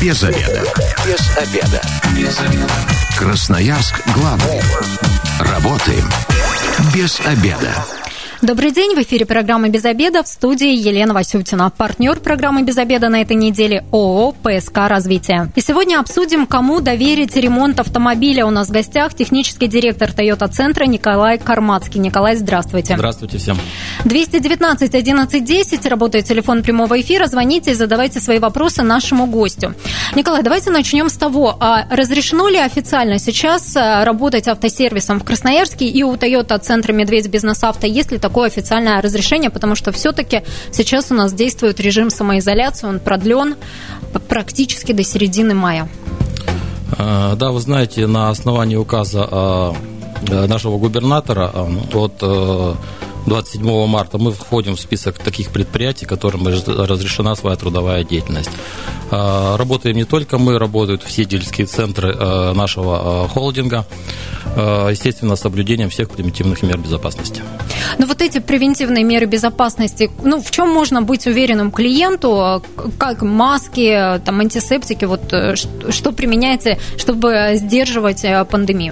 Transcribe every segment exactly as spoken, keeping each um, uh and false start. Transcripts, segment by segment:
Без обеда. Без обеда. Без обеда. Красноярск главный. Работаем без обеда. Добрый день, в эфире программы «Без обеда», в студии Елена Васютина. Партнер программы «Без обеда» на этой неделе ООО «ПСК Развитие». И сегодня обсудим, кому доверить ремонт автомобиля. У нас в гостях технический директор Toyota-центра Николай Кармацкий. Николай, здравствуйте. Здравствуйте всем. двести девятнадцать одиннадцать десять, работает телефон прямого эфира. Звоните и задавайте свои вопросы нашему гостю. Николай, давайте начнем с того, а разрешено ли официально сейчас работать автосервисом в Красноярске и у Toyota-центра «Медведь Бизнес-Авто»? Есть ли такое официальное разрешение, потому что все-таки сейчас у нас действует режим самоизоляции, он продлен практически до середины мая. Да, вы знаете, на основании указа нашего губернатора от двадцать седьмого марта мы входим в список таких предприятий, которым разрешена своя трудовая деятельность. Работаем не только мы, работают все дилерские центры нашего холдинга, естественно, с соблюдением всех превентивных мер безопасности. Но вот эти превентивные меры безопасности, ну, в чем можно быть уверенным клиенту, как маски, там, антисептики, вот, что применяете, чтобы сдерживать пандемию?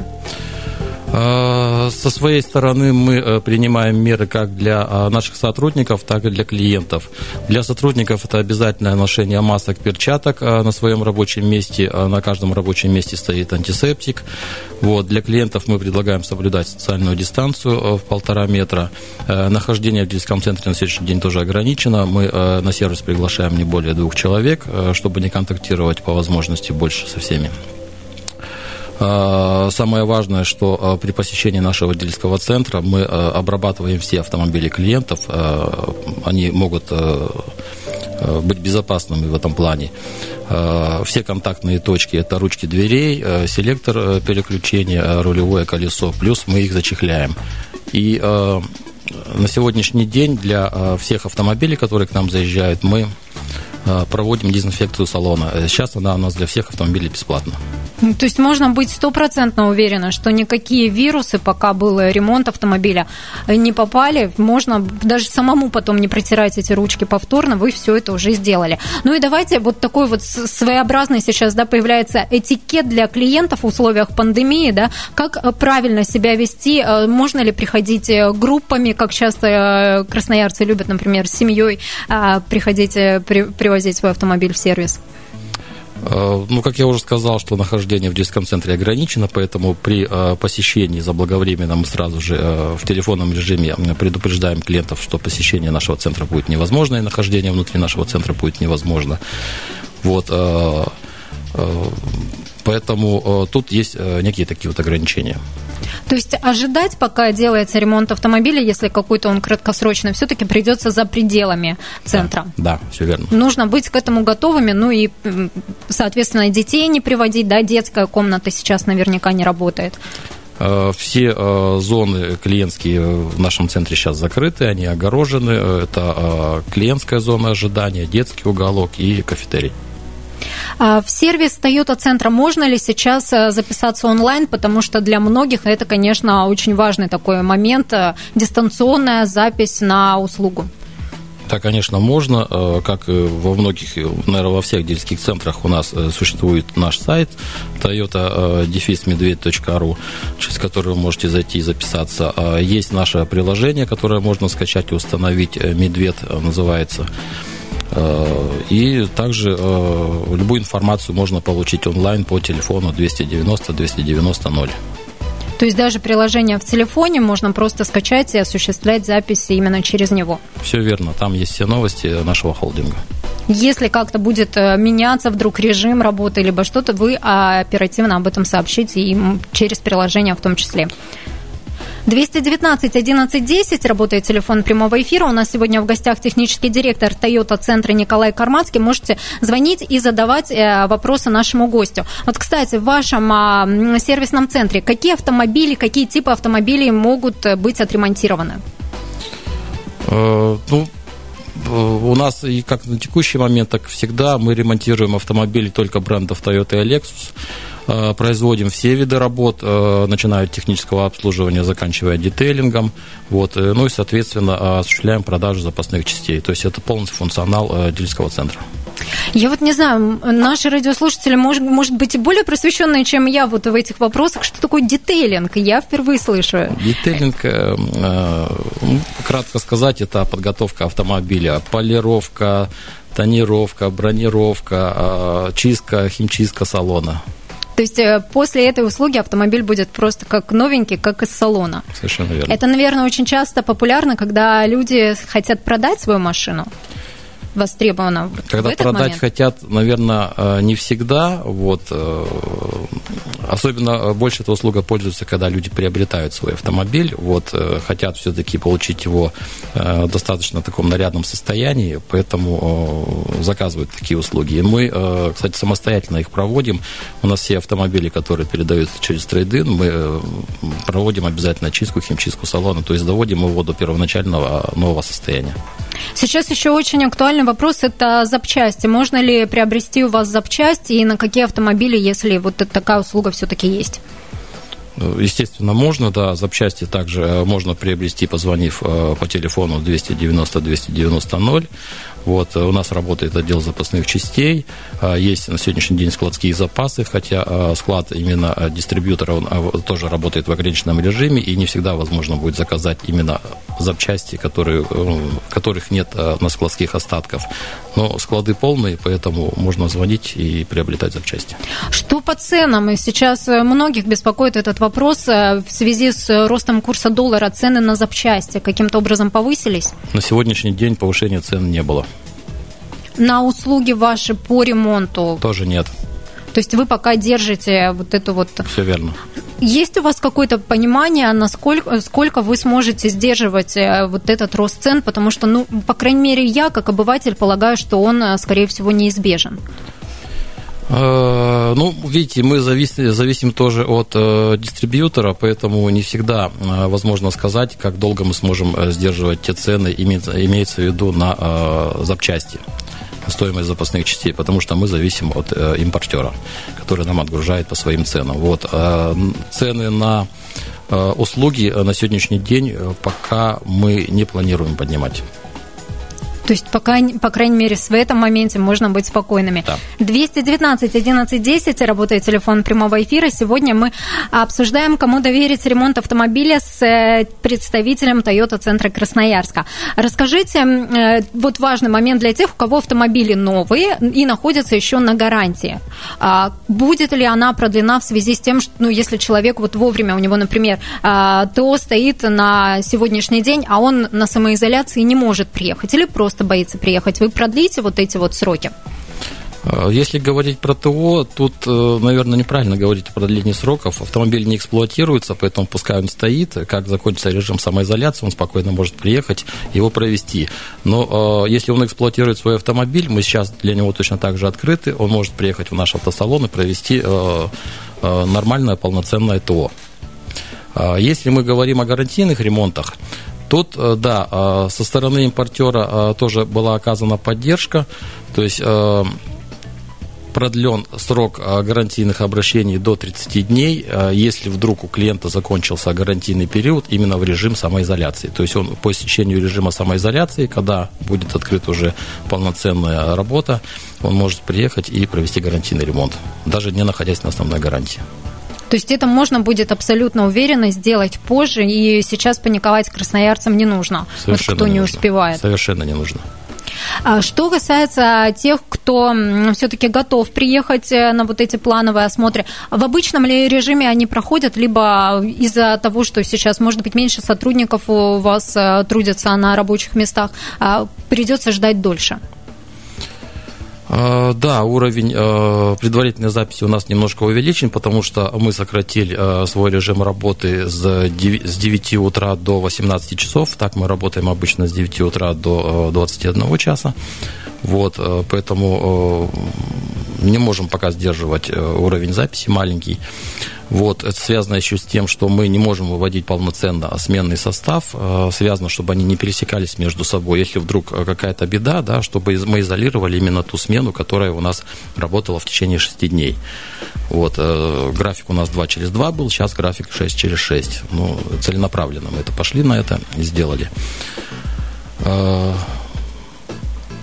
Со своей стороны мы принимаем меры как для наших сотрудников, так и для клиентов. Для сотрудников это обязательное ношение масок, перчаток на своем рабочем месте. На каждом рабочем месте стоит антисептик. Вот. Для клиентов мы предлагаем соблюдать социальную дистанцию в полтора метра. Нахождение в дилерском центре на сегодняшний день тоже ограничено. Мы на сервис приглашаем не более двух человек, чтобы не контактировать по возможности больше со всеми. Самое важное, что при посещении нашего дилерского центра мы обрабатываем все автомобили клиентов. Они могут быть безопасными в этом плане. Все контактные точки – это ручки дверей, селектор переключения, рулевое колесо, плюс мы их зачехляем. И на сегодняшний день для всех автомобилей, которые к нам заезжают, мы проводим дезинфекцию салона. Сейчас она у нас для всех автомобилей бесплатна. То есть можно быть стопроцентно уверена, что никакие вирусы, пока был ремонт автомобиля, не попали. Можно даже самому потом не протирать эти ручки повторно, вы все это уже сделали. Ну и давайте вот такой вот своеобразный сейчас, да, появляется этикет для клиентов в условиях пандемии, да, как правильно себя вести, можно ли приходить группами, как часто красноярцы любят, например, с семьей приходить, привозить свой автомобиль в сервис. Ну, как я уже сказал, что нахождение в дилерском центре ограничено, поэтому при посещении заблаговременно мы сразу же в телефонном режиме предупреждаем клиентов, что посещение нашего центра будет невозможно, и нахождение внутри нашего центра будет невозможно. Вот. Поэтому тут есть некие такие вот ограничения. То есть ожидать, пока делается ремонт автомобиля, если какой-то он краткосрочный, все-таки придется за пределами центра. Да, да, все верно. Нужно быть к этому готовыми, ну и, соответственно, детей не приводить, да, детская комната сейчас наверняка не работает. Все зоны клиентские в нашем центре сейчас закрыты, они огорожены. Это клиентская зона ожидания, детский уголок и кафетерий. В сервис Toyota-центра можно ли сейчас записаться онлайн, потому что для многих это, конечно, очень важный такой момент, дистанционная запись на услугу? Да, конечно, можно. Как и во многих, наверное, во всех дилерских центрах у нас существует наш сайт toyota медведь точка ру, через который вы можете зайти и записаться. Есть наше приложение, которое можно скачать и установить, «Медведь» называется. И также любую информацию можно получить онлайн по телефону двести девяносто двести девяносто ноль. То есть даже приложение в телефоне можно просто скачать и осуществлять записи именно через него? Все верно, там есть все новости нашего холдинга. Если как-то будет меняться вдруг режим работы либо что-то, вы оперативно об этом сообщите и через приложение в том числе. двести девятнадцать одиннадцать десять, работает телефон прямого эфира. У нас сегодня в гостях технический директор Toyota-центра Николай Кармацкий. Можете звонить и задавать вопросы нашему гостю. Вот, кстати, в вашем сервисном центре какие автомобили, какие типы автомобилей могут быть отремонтированы? Ну, у нас и как на текущий момент, так всегда мы ремонтируем автомобили только брендов Toyota и Lexus. Производим все виды работ, начиная от технического обслуживания, заканчивая детейлингом. Вот, ну и, соответственно, осуществляем продажу запасных частей. То есть это полный функционал дилерского центра. Я вот не знаю, наши радиослушатели, может, может быть, и более просвещенные, чем я вот в этих вопросах. Что такое детейлинг? Я впервые слышу. Детейлинг, кратко сказать, это подготовка автомобиля, полировка, тонировка, бронировка, чистка, химчистка салона. То есть после этой услуги автомобиль будет просто как новенький, как из салона. Совершенно верно. Это, наверное, очень часто популярно, когда люди хотят продать свою машину. Востребовано. Когда продать момент. Хотят, наверное, не всегда. Вот. Особенно больше эта услуга пользуется, когда люди приобретают свой автомобиль, вот, хотят все-таки получить его в достаточно таком нарядном состоянии, поэтому заказывают такие услуги. И мы, кстати, самостоятельно их проводим. У нас все автомобили, которые передаются через трейд-ин, мы проводим обязательно чистку, химчистку салона, то есть доводим его до первоначального нового состояния. Сейчас еще очень актуальный вопрос – это запчасти. Можно ли приобрести у вас запчасти и на какие автомобили, если вот такая услуга все-таки есть? Естественно, можно, да, запчасти также можно приобрести, позвонив по телефону двести девяносто двести девяносто ноль. Вот, у нас работает отдел запасных частей, есть на сегодняшний день складские запасы, хотя склад именно дистрибьютора, он тоже работает в ограниченном режиме, и не всегда возможно будет заказать именно запчасти, которые, которых нет на складских остатков. Но склады полные, поэтому можно звонить и приобретать запчасти. Что по ценам? Сейчас многих беспокоит этот вопрос в связи с ростом курса доллара. Цены на запчасти каким-то образом повысились? На сегодняшний день повышения цен не было. На услуги ваши по ремонту? Тоже нет. То есть вы пока держите вот эту вот... Все верно. Есть у вас какое-то понимание, насколько сколько вы сможете сдерживать вот этот рост цен? Потому что, ну, по крайней мере, я, как обыватель, полагаю, что он, скорее всего, неизбежен. Ну, видите, мы зависим, зависим тоже от э, дистрибьютора, поэтому не всегда э, возможно сказать, как долго мы сможем сдерживать те цены, имеется, имеется в виду на э, запчасти, стоимость запасных частей, потому что мы зависим от э, импортера, который нам отгружает по своим ценам. Вот, э, цены на э, услуги на сегодняшний день пока мы не планируем поднимать. То есть, пока, по крайней мере, в этом моменте можно быть спокойными. Да. двести девятнадцать одиннадцать десять, работает телефон прямого эфира. Сегодня мы обсуждаем, кому доверить ремонт автомобиля с представителем Toyota-центра Красноярска. Расскажите, вот важный момент для тех, у кого автомобили новые и находятся еще на гарантии. Будет ли она продлена в связи с тем, что, ну, если человек вот вовремя, у него, например, ТО стоит на сегодняшний день, а он на самоизоляции не может приехать или просто боится приехать, вы продлите вот эти вот сроки? Если говорить про ТО, тут, наверное, неправильно говорить о продлении сроков. Автомобиль не эксплуатируется, поэтому пускай он стоит. Как закончится режим самоизоляции, он спокойно может приехать, его провести. Но если он эксплуатирует свой автомобиль, мы сейчас для него точно так же открыты, он может приехать в наш автосалон и провести нормальное полноценное ТО. Если мы говорим о гарантийных ремонтах, тут, да, со стороны импортера тоже была оказана поддержка, то есть продлен срок гарантийных обращений до тридцати дней, если вдруг у клиента закончился гарантийный период именно в режим самоизоляции. То есть он по истечению режима самоизоляции, когда будет открыта уже полноценная работа, он может приехать и провести гарантийный ремонт, даже не находясь на основной гарантии. То есть это можно будет абсолютно уверенно сделать позже, и сейчас паниковать красноярцам не нужно, вот кто не, не успевает. Совершенно не нужно. Что касается тех, кто все-таки готов приехать на вот эти плановые осмотры, в обычном ли режиме они проходят, либо из-за того, что сейчас, может быть, меньше сотрудников у вас трудятся на рабочих местах, придется ждать дольше? Да, уровень предварительной записи у нас немножко увеличен, потому что мы сократили свой режим работы с девяти утра до восемнадцати часов. Так мы работаем обычно с девяти утра до двадцати одного часа. Вот, поэтому не можем пока сдерживать уровень записи маленький. Вот, это связано еще с тем, что мы не можем выводить полноценно сменный состав, связано, чтобы они не пересекались между собой. Если вдруг какая-то беда, да, чтобы мы изолировали именно ту смену, которая у нас работала в течение шести дней. Вот, график у нас два через два был, сейчас график шесть через шесть. Ну, целенаправленно мы это пошли на это и сделали.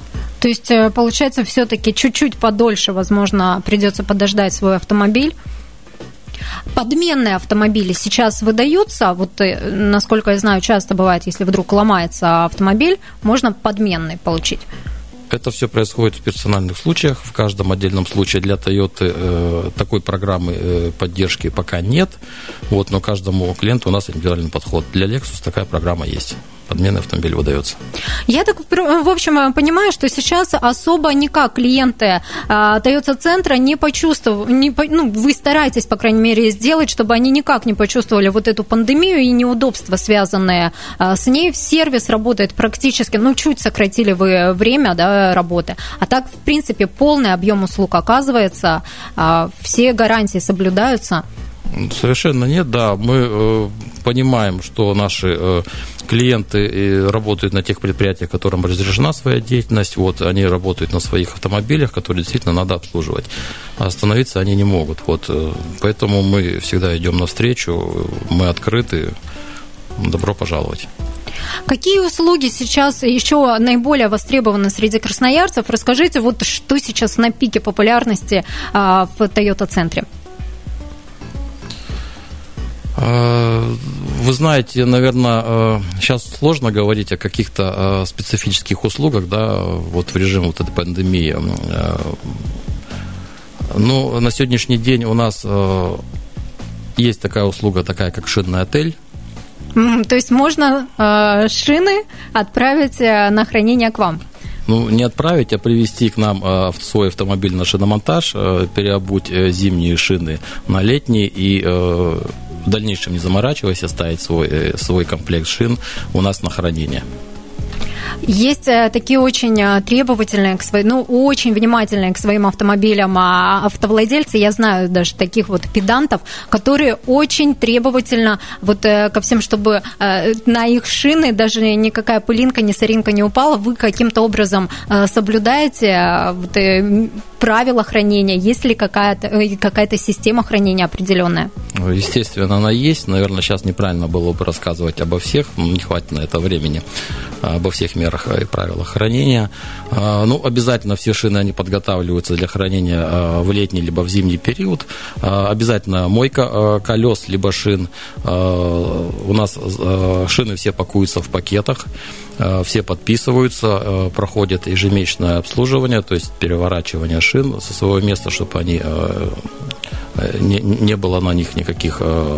То есть, получается, все-таки чуть-чуть подольше, возможно, придется подождать свой автомобиль. Подменные автомобили сейчас выдаются, вот, насколько я знаю, часто бывает, если вдруг ломается автомобиль, можно подменный получить. Это все происходит в персональных случаях. В каждом отдельном случае для Toyota э, такой программы э, поддержки пока нет. Вот, но каждому клиенту у нас индивидуальный подход. Для Lexus такая программа есть. Подменный автомобиль выдается. Я так, в общем, понимаю, что сейчас особо никак клиенты Toyota-центра не почувствовали, не, ну, вы стараетесь, по крайней мере, сделать, чтобы они никак не почувствовали вот эту пандемию и неудобства, связанные с ней. Сервис работает практически, ну, чуть сократили вы время, да, работы. А так, в принципе, полный объем услуг оказывается, все гарантии соблюдаются. Совершенно нет, да. Мы э, понимаем, что наши э, клиенты работают на тех предприятиях, которым разрешена своя деятельность. Вот, они работают на своих автомобилях, которые действительно надо обслуживать. А остановиться они не могут. Вот, э, поэтому мы всегда идем навстречу, мы открыты. Добро пожаловать. Какие услуги сейчас еще наиболее востребованы среди красноярцев? Расскажите, вот что сейчас на пике популярности э, в Toyota-центре? Вы знаете, наверное, сейчас сложно говорить о каких-то специфических услугах, да, вот в режиме вот этой пандемии. Но на сегодняшний день у нас есть такая услуга, такая как шинный отель. То есть можно шины отправить на хранение к вам? Ну, не отправить, а привезти к нам в свой автомобиль на шиномонтаж, переобуть зимние шины на летние и в дальнейшем, не заморачиваясь, оставить свой, свой комплект шин у нас на хранение. Есть такие очень требовательные к своим, ну, очень внимательные к своим автомобилям автовладельцы. Я знаю даже таких вот педантов, которые очень требовательно вот ко всем, чтобы на их шины даже никакая пылинка, ни соринка не упала. Вы каким-то образом соблюдаете вот правила хранения? Есть ли какая-то, какая-то система хранения определенная? Естественно, она есть. Наверное, сейчас неправильно было бы рассказывать обо всех. Не хватит на это времени. Обо всех мерах и правилах хранения. Ну, обязательно все шины, они подготавливаются для хранения в летний либо в зимний период. Обязательно мойка колес либо шин. У нас шины все пакуются в пакетах. Все подписываются, проходят ежемесячное обслуживание, то есть переворачивание шин со своего места, чтобы они, не, не было на них никаких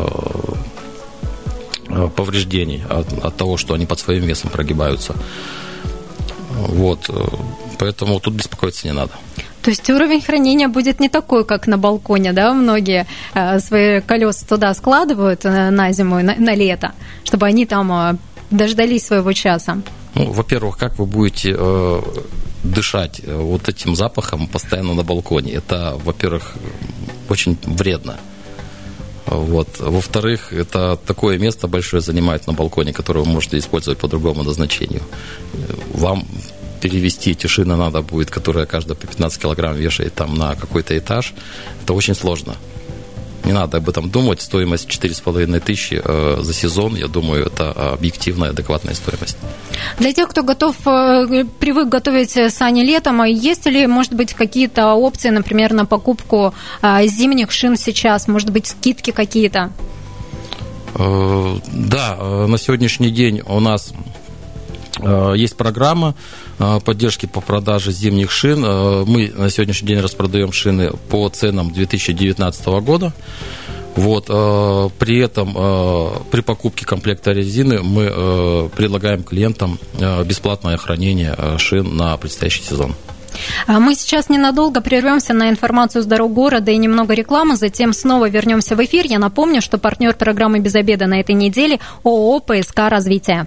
повреждений от, от того, что они под своим весом прогибаются. Вот. Поэтому тут беспокоиться не надо. То есть уровень хранения будет не такой, как на балконе, да? Многие свои колеса туда складывают на зиму, на, на лето, чтобы они там дождались своего часа. Ну, во-первых, как вы будете э, дышать вот этим запахом постоянно на балконе? Это, во-первых, очень вредно. Вот. Во-вторых, это такое место большое занимает на балконе, которое вы можете использовать по другому назначению. Вам перевести эти шины надо будет, которая каждая по пятнадцать килограмм вешает там на какой-то этаж. Это очень сложно. Не надо об этом думать. Стоимость четыре с половиной тысячи э, за сезон, я думаю, это объективная, адекватная стоимость. Для тех, кто готов, э, привык готовить сани летом, есть ли, может быть, какие-то опции, например, на покупку э, зимних шин сейчас? Может быть, скидки какие-то? Э, да, на сегодняшний день у нас э, есть программа поддержки по продаже зимних шин. Мы на сегодняшний день распродаем шины по ценам две тысячи девятнадцатого года. Вот. При этом при покупке комплекта резины мы предлагаем клиентам бесплатное хранение шин на предстоящий сезон. Мы сейчас ненадолго прервемся на информацию с дорог города и немного рекламы, затем снова вернемся в эфир. Я напомню, что партнер программы «Без обеда» на этой неделе ООО «ПСК Развитие».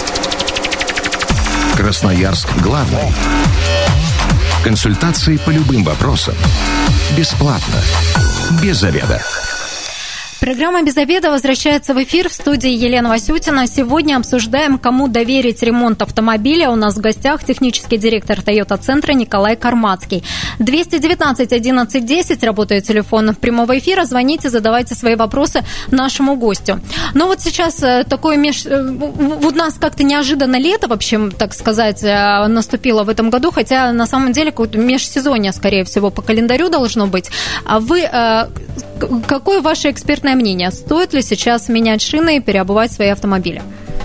Красноярск главный. Консультации по любым вопросам. Бесплатно. Без заведа. Программа «Без обеда» возвращается в эфир. В студии Елена Васютина. Сегодня обсуждаем, кому доверить ремонт автомобиля. У нас в гостях технический директор Toyota-центра Николай Кармацкий. двести девятнадцать одиннадцать десять, работает телефон прямого эфира. Звоните, задавайте свои вопросы нашему гостю. Но вот сейчас такое меж... У нас как-то неожиданно лето, вообще, так сказать, наступило в этом году, хотя на самом деле какое-то межсезонье, скорее всего, по календарю должно быть. А вы... Какое ваше экспертное мнение? Стоит ли сейчас менять шины и переобувать свои автомобили?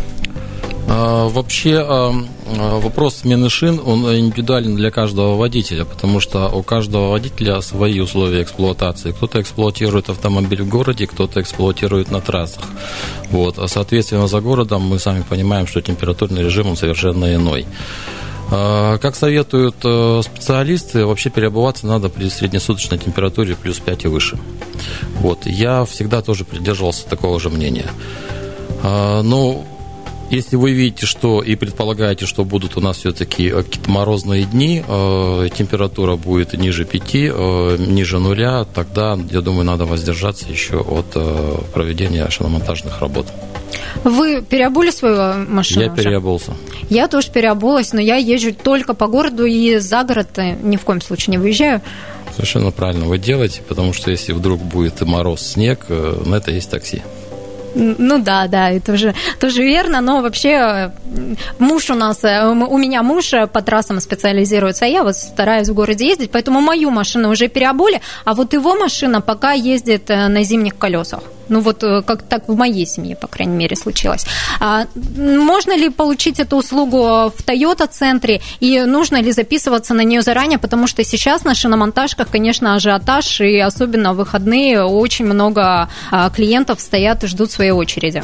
Вообще вопрос смены шин, он индивидуален для каждого водителя, потому что у каждого водителя свои условия эксплуатации. Кто-то эксплуатирует автомобиль в городе, кто-то эксплуатирует на трассах. Вот. А соответственно, за городом мы сами понимаем, что температурный режим он совершенно иной. Как советуют специалисты, вообще переобуваться надо при среднесуточной температуре плюс пять и выше. Вот. Я всегда тоже придерживался такого же мнения. Но если вы видите, что и предполагаете, что будут у нас все-таки какие-то морозные дни, температура будет ниже пяти, ниже нуля, тогда, я думаю, надо воздержаться еще от проведения шиномонтажных работ. Вы переобули свою машину? Я переобулся. Я тоже переобулась, но я езжу только по городу и за город ни в коем случае не выезжаю. Совершенно правильно вы делаете, потому что если вдруг будет мороз, снег, на это есть такси. Ну да, да, это тоже, тоже верно, но вообще муж у нас, у меня муж по трассам специализируется, а я вот стараюсь в городе ездить, поэтому мою машину уже переобули, а вот его машина пока ездит на зимних колесах. Ну вот как так в моей семье, по крайней мере, случилось. А можно ли получить эту услугу в Toyota-центре и нужно ли записываться на нее заранее, потому что сейчас на шиномонтажках, конечно, ажиотаж, и особенно в выходные очень много клиентов стоят и ждут своей очереди.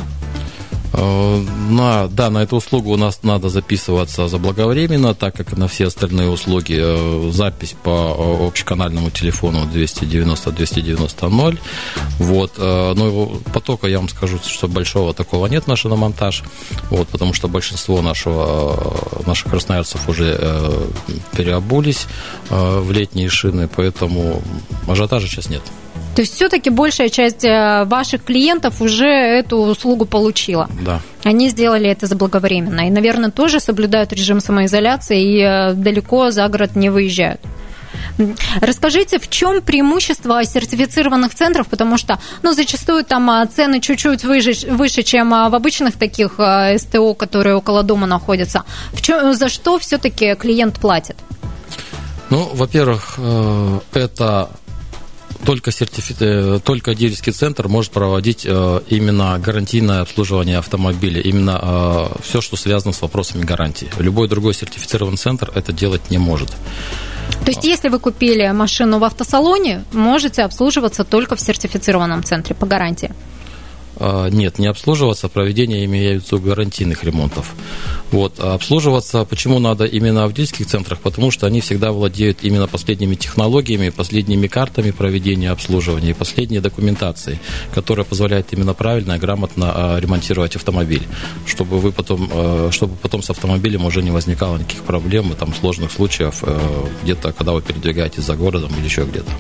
На, да, на эту услугу у нас надо записываться заблаговременно, так как на все остальные услуги запись по общеканальному телефону двести девяносто двести девяносто ноль. Вот. Но потока, я вам скажу, что большого такого нет на шиномонтаж, вот, потому что большинство нашего, наших красноярцев уже переобулись в летние шины, поэтому ажиотажа сейчас нет. То есть все-таки большая часть ваших клиентов уже эту услугу получила? Да. Они сделали это заблаговременно и, наверное, тоже соблюдают режим самоизоляции и далеко за город не выезжают. Расскажите, в чем преимущество сертифицированных центров, потому что, ну, зачастую там цены чуть-чуть выше, выше, чем в обычных таких СТО, которые около дома находятся. В чем, за что все-таки клиент платит? Ну, во-первых, это... Только, сертифи... Только дилерский центр может проводить именно гарантийное обслуживание автомобиля, именно все, что связано с вопросами гарантии. Любой другой сертифицированный центр это делать не может. То есть, если вы купили машину в автосалоне, можете обслуживаться только в сертифицированном центре по гарантии? Нет, не обслуживаться, проведение имеются гарантийных ремонтов. Вот. А обслуживаться, почему надо именно в дилерских центрах? Потому что они всегда владеют именно последними технологиями, последними картами проведения обслуживания и последней документацией, которая позволяет именно правильно и грамотно ремонтировать автомобиль, чтобы, вы потом, чтобы потом с автомобилем уже не возникало никаких проблем и там, сложных случаев где-то, когда вы передвигаетесь за городом или еще где-то.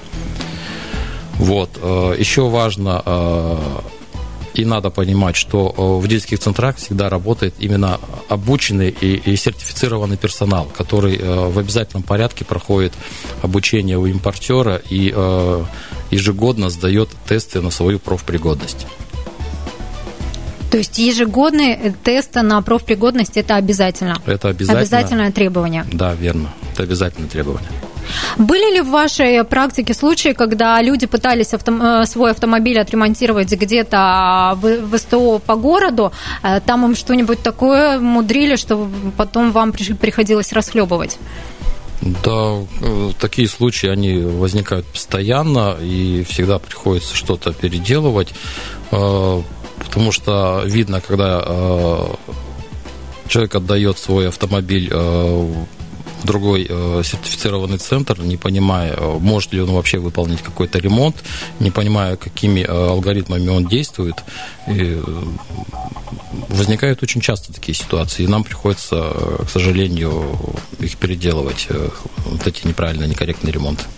Вот. Еще важно... И надо понимать, что в дилерских центрах всегда работает именно обученный и, и сертифицированный персонал, который в обязательном порядке проходит обучение у импортера и ежегодно сдает тесты на свою профпригодность. То есть ежегодные тесты на профпригодность – это обязательно? Это обязательно. Обязательное требование? Да, верно. Это обязательное требование. Были ли в вашей практике случаи, когда люди пытались авто, свой автомобиль отремонтировать где-то в, в СТО по городу, там им что-нибудь такое мудрили, что потом вам приходилось расхлебывать? Да, такие случаи, они возникают постоянно, и всегда приходится что-то переделывать, потому что видно, когда человек отдает свой автомобиль в другой э, сертифицированный центр, не понимая, может ли он вообще выполнить какой-то ремонт, не понимая, какими э, алгоритмами он действует. И возникают очень часто такие ситуации, и нам приходится, к сожалению, их переделывать, э, вот эти неправильные, некорректные ремонты.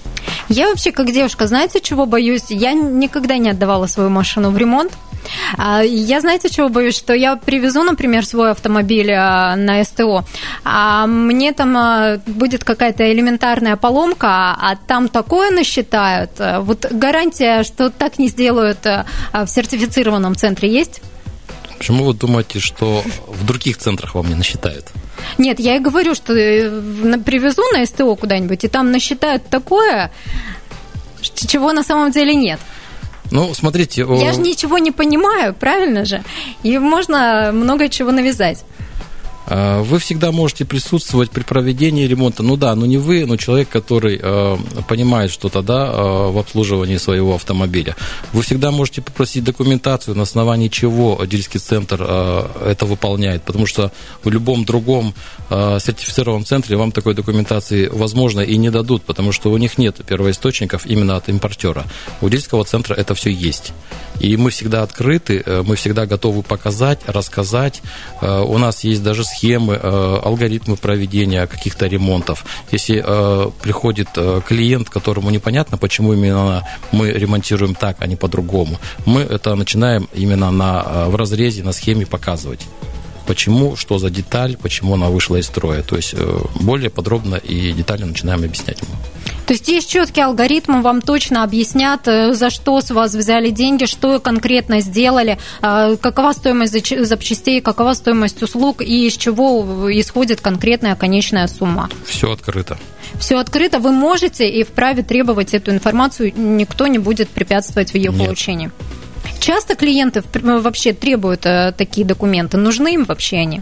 Я вообще, как девушка, знаете, чего боюсь? Я никогда не отдавала свою машину в ремонт. Я, знаете, чего боюсь? Что я привезу, например, свой автомобиль на СТО, а мне там будет какая-то элементарная поломка, а там такое насчитают. Вот гарантия, что так не сделают в сертифицированном центре, есть? Почему вы думаете, что в других центрах вам не насчитают? Нет, я и говорю, что привезу на СТО куда-нибудь, и там насчитают такое, чего на самом деле нет. Ну, смотрите... Я о... же ничего не понимаю, правильно же? И можно много чего навязать. Вы всегда можете присутствовать при проведении ремонта. Ну да, ну не вы, но человек, который э, понимает что-то, да, э, в обслуживании своего автомобиля. Вы всегда можете попросить документацию, на основании чего дилерский центр э, это выполняет. Потому что в любом другом э, сертифицированном центре вам такой документации, возможно, и не дадут, потому что у них нет первоисточников именно от импортера. У дилерского центра это все есть. И мы всегда открыты, мы всегда готовы показать, рассказать. Э, у нас есть даже схемы, алгоритмы проведения каких-то ремонтов. Если э, приходит э, клиент, которому непонятно, почему именно мы ремонтируем так, а не по-другому, мы это начинаем именно на, в разрезе, на схеме показывать. Почему, что за деталь, почему она вышла из строя. То есть э, более подробно и детально начинаем объяснять ему. То есть есть четкий алгоритм, вам точно объяснят, за что с вас взяли деньги, что конкретно сделали, какова стоимость запчастей, какова стоимость услуг и из чего исходит конкретная конечная сумма. Все открыто. Все открыто, вы можете и вправе требовать эту информацию, никто не будет препятствовать в ее Нет. получении. Часто клиенты вообще требуют такие документы, нужны им вообще они?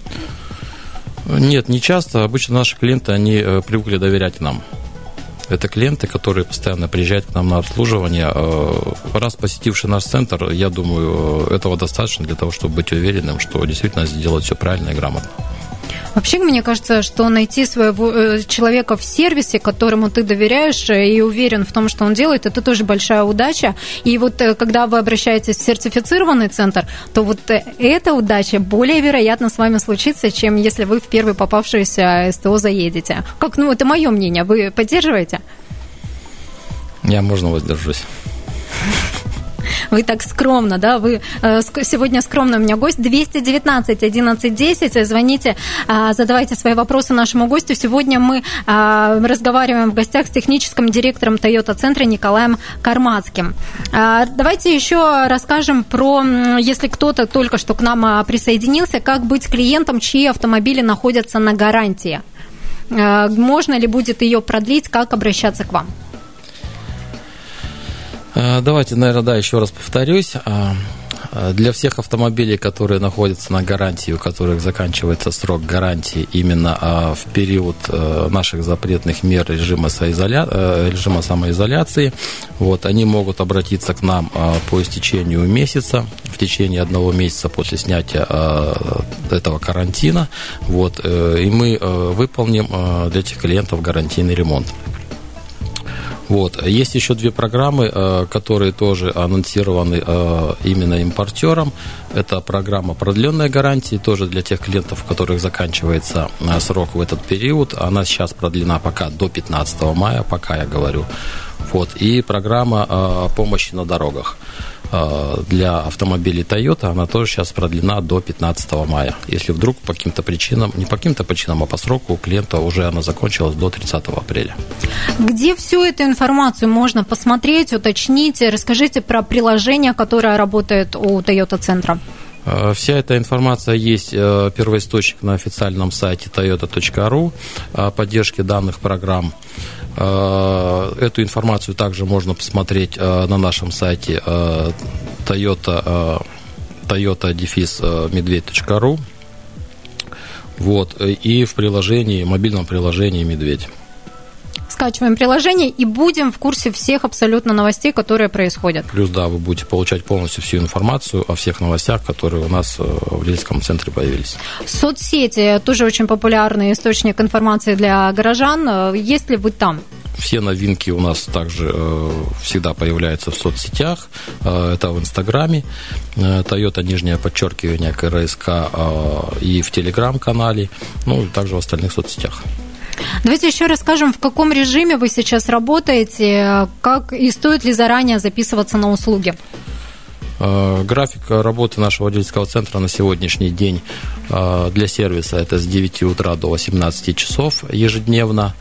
Нет, не часто. Обычно наши клиенты, они привыкли доверять нам. Это клиенты, которые постоянно приезжают к нам на обслуживание. Раз посетивший наш центр, я думаю, этого достаточно для того, чтобы быть уверенным, что действительно сделать все правильно и грамотно. Вообще, мне кажется, что найти своего человека в сервисе, которому ты доверяешь и уверен в том, что он делает, это тоже большая удача. И вот когда вы обращаетесь в сертифицированный центр, то вот эта удача более вероятно с вами случится, чем если вы в первый попавшийся СТО заедете. Как, ну, это мое мнение. Вы поддерживаете? Я, можно, воздержусь. Вы так скромно, да? Вы э, сегодня скромный у меня гость. двести девятнадцать одиннадцать десять. Звоните, э, задавайте свои вопросы нашему гостю. Сегодня мы э, разговариваем в гостях с техническим директором Toyota центра Николаем Кармацким. Э, давайте еще расскажем про, если кто-то только что к нам присоединился, как быть клиентом, чьи автомобили находятся на гарантии. Э, можно ли будет ее продлить, как обращаться к вам? Давайте, наверное, да, еще раз повторюсь. Для всех автомобилей, которые находятся на гарантии, у которых заканчивается срок гарантии именно в период наших запретных мер режима, соизоля... режима самоизоляции, вот, они могут обратиться к нам по истечению месяца, в течение одного месяца после снятия этого карантина, вот, и мы выполним для этих клиентов гарантийный ремонт. Вот. Есть еще две программы, которые тоже анонсированы именно импортером. Это программа продленной гарантии, тоже для тех клиентов, у которых заканчивается срок в этот период. Она сейчас продлена пока до пятнадцатого мая, пока я говорю. Вот. И программа помощи на дорогах для автомобилей Toyota, она тоже сейчас продлена до пятнадцатого мая. Если вдруг по каким-то причинам, не по каким-то причинам, а по сроку у клиента уже она закончилась до тридцатого апреля. Где всю эту информацию можно посмотреть, уточнить? Расскажите про приложение, которое работает у Toyota центра. Вся эта информация есть, первоисточник на официальном сайте тойота точка ру о поддержке данных программ. Эту информацию также можно посмотреть на нашем сайте Toyota, Toyota медведь точка ру, вот, и в приложении, мобильном приложении «Медведь». Скачиваем приложение и будем в курсе всех абсолютно новостей, которые происходят. Плюс, да, вы будете получать полностью всю информацию о всех новостях, которые у нас в дилерском центре появились. Соцсети тоже очень популярный источник информации для горожан. Есть ли вы там? Все новинки у нас также э, всегда появляются в соцсетях. Э, это в Инстаграме, э, Toyota, нижнее подчеркивание, КРСК, э, и в Телеграм-канале, ну и также в остальных соцсетях. Давайте еще расскажем, в каком режиме вы сейчас работаете, как и стоит ли заранее записываться на услуги. График работы нашего водительского центра на сегодняшний день для сервиса это с девяти утра до восемнадцати часов ежедневно.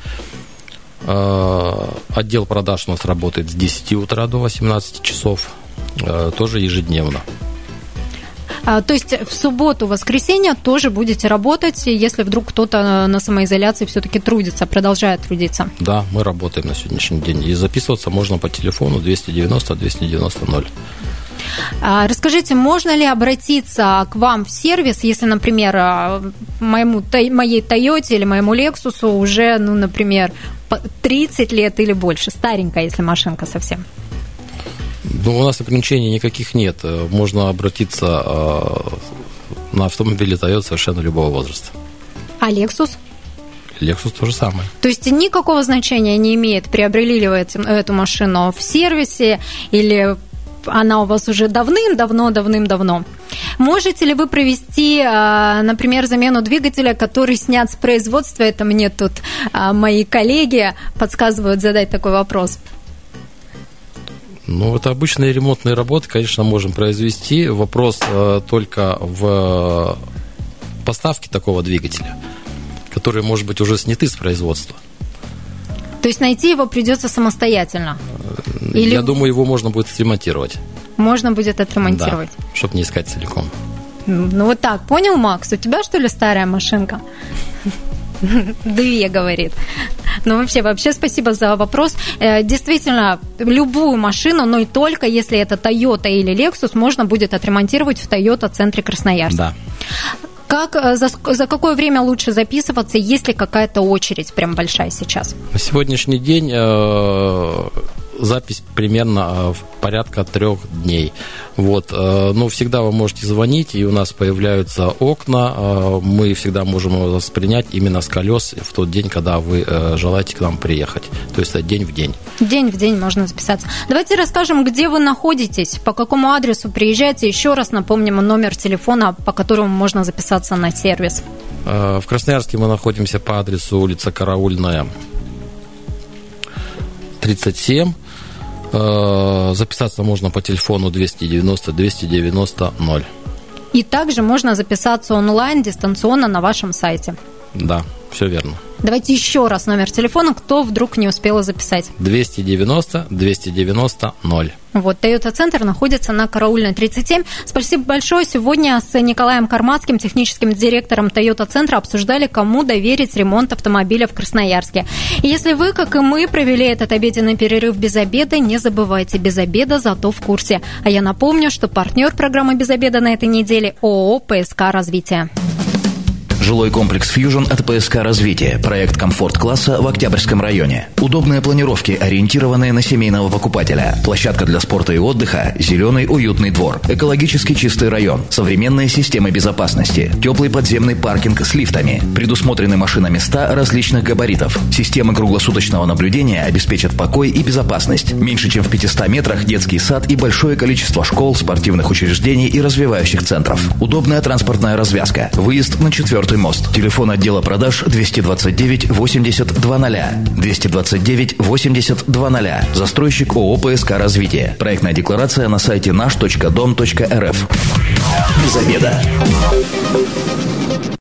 Отдел продаж у нас работает с десяти утра до восемнадцати часов, тоже ежедневно. То есть в субботу, воскресенье тоже будете работать, если вдруг кто-то на самоизоляции все-таки трудится, продолжает трудиться? Да, мы работаем на сегодняшний день. И записываться можно по телефону двести девяносто двести девяносто ноль. Расскажите, можно ли обратиться к вам в сервис, если, например, моему, моей Тойоте или моему Лексусу уже, ну, например, тридцать лет или больше, старенькая, если машинка совсем? Ну, у нас ограничений никаких нет. Можно обратиться на автомобиле Toyota совершенно любого возраста. А Lexus? Lexus то же самое. То есть никакого значения не имеет, приобрели ли вы эту машину в сервисе или она у вас уже давным-давно, давным-давно. Можете ли вы провести, например, замену двигателя, который снят с производства? Это мне тут мои коллеги подсказывают задать такой вопрос. Ну, это обычные ремонтные работы, конечно, можем произвести. Вопрос только в поставке такого двигателя, который, может быть, уже сняты с производства. То есть найти его придется самостоятельно? Или... Я думаю, его можно будет отремонтировать. Можно будет отремонтировать? Да, чтобы не искать целиком. Ну вот так, понял, Макс? У тебя, что ли, старая машинка? Две, говорит. Ну, вообще, вообще, спасибо за вопрос. Действительно, любую машину, но и только если это Toyota или Lexus, можно будет отремонтировать в Toyota-центре Красноярск. Да. Как, за, за какое время лучше записываться, есть ли какая-то очередь прям большая сейчас? На сегодняшний день э, запись примерно в порядка трех дней. Вот. Э, ну, всегда вы можете звонить, и у нас появляются окна. Э, мы всегда можем его воспринять именно с колес в тот день, когда вы э, желаете к нам приехать. То есть это день в день. День в день можно записаться. Давайте расскажем, где вы находитесь, по какому адресу приезжаете. Еще раз напомним номер телефона, по которому можно записаться на сервис. В Красноярске мы находимся по адресу улица Караульная, тридцать семь. Записаться можно по телефону двести девяносто двести девяносто ноль. И также можно записаться онлайн, дистанционно на вашем сайте. Да, все верно. Давайте еще раз номер телефона, кто вдруг не успел записать. двести девяносто двести девяносто ноль. Вот, Toyota-центр находится на Караульной, тридцать семь. Спасибо большое. Сегодня с Николаем Кармацким, техническим директором Toyota-центра, обсуждали, кому доверить ремонт автомобиля в Красноярске. И если вы, как и мы, провели этот обеденный перерыв без обеда, не забывайте, без обеда, зато в курсе. А я напомню, что партнер программы «Без обеда» на этой неделе – ООО «ПСК Развитие». Жилой комплекс «Фьюжн» от ПСК «Развитие». Проект комфорт-класса в Октябрьском районе. Удобные планировки, ориентированные на семейного покупателя. Площадка для спорта и отдыха. Зеленый уютный двор. Экологически чистый район. Современные системы безопасности. Теплый подземный паркинг с лифтами. Предусмотрены машиноместа различных габаритов. Системы круглосуточного наблюдения обеспечат покой и безопасность. Меньше чем в пятистах метрах детский сад и большое количество школ, спортивных учреждений и развивающих центров. Удобная транспортная развязка. Выезд на четвертый мост. Телефон отдела продаж двести двадцать девять восемьдесят двадцать. двести двадцать девять восемьдесят двадцать. Застройщик ООО «ПСК Развитие». Проектная декларация на сайте наш точка дом точка эр эф. Без обеда.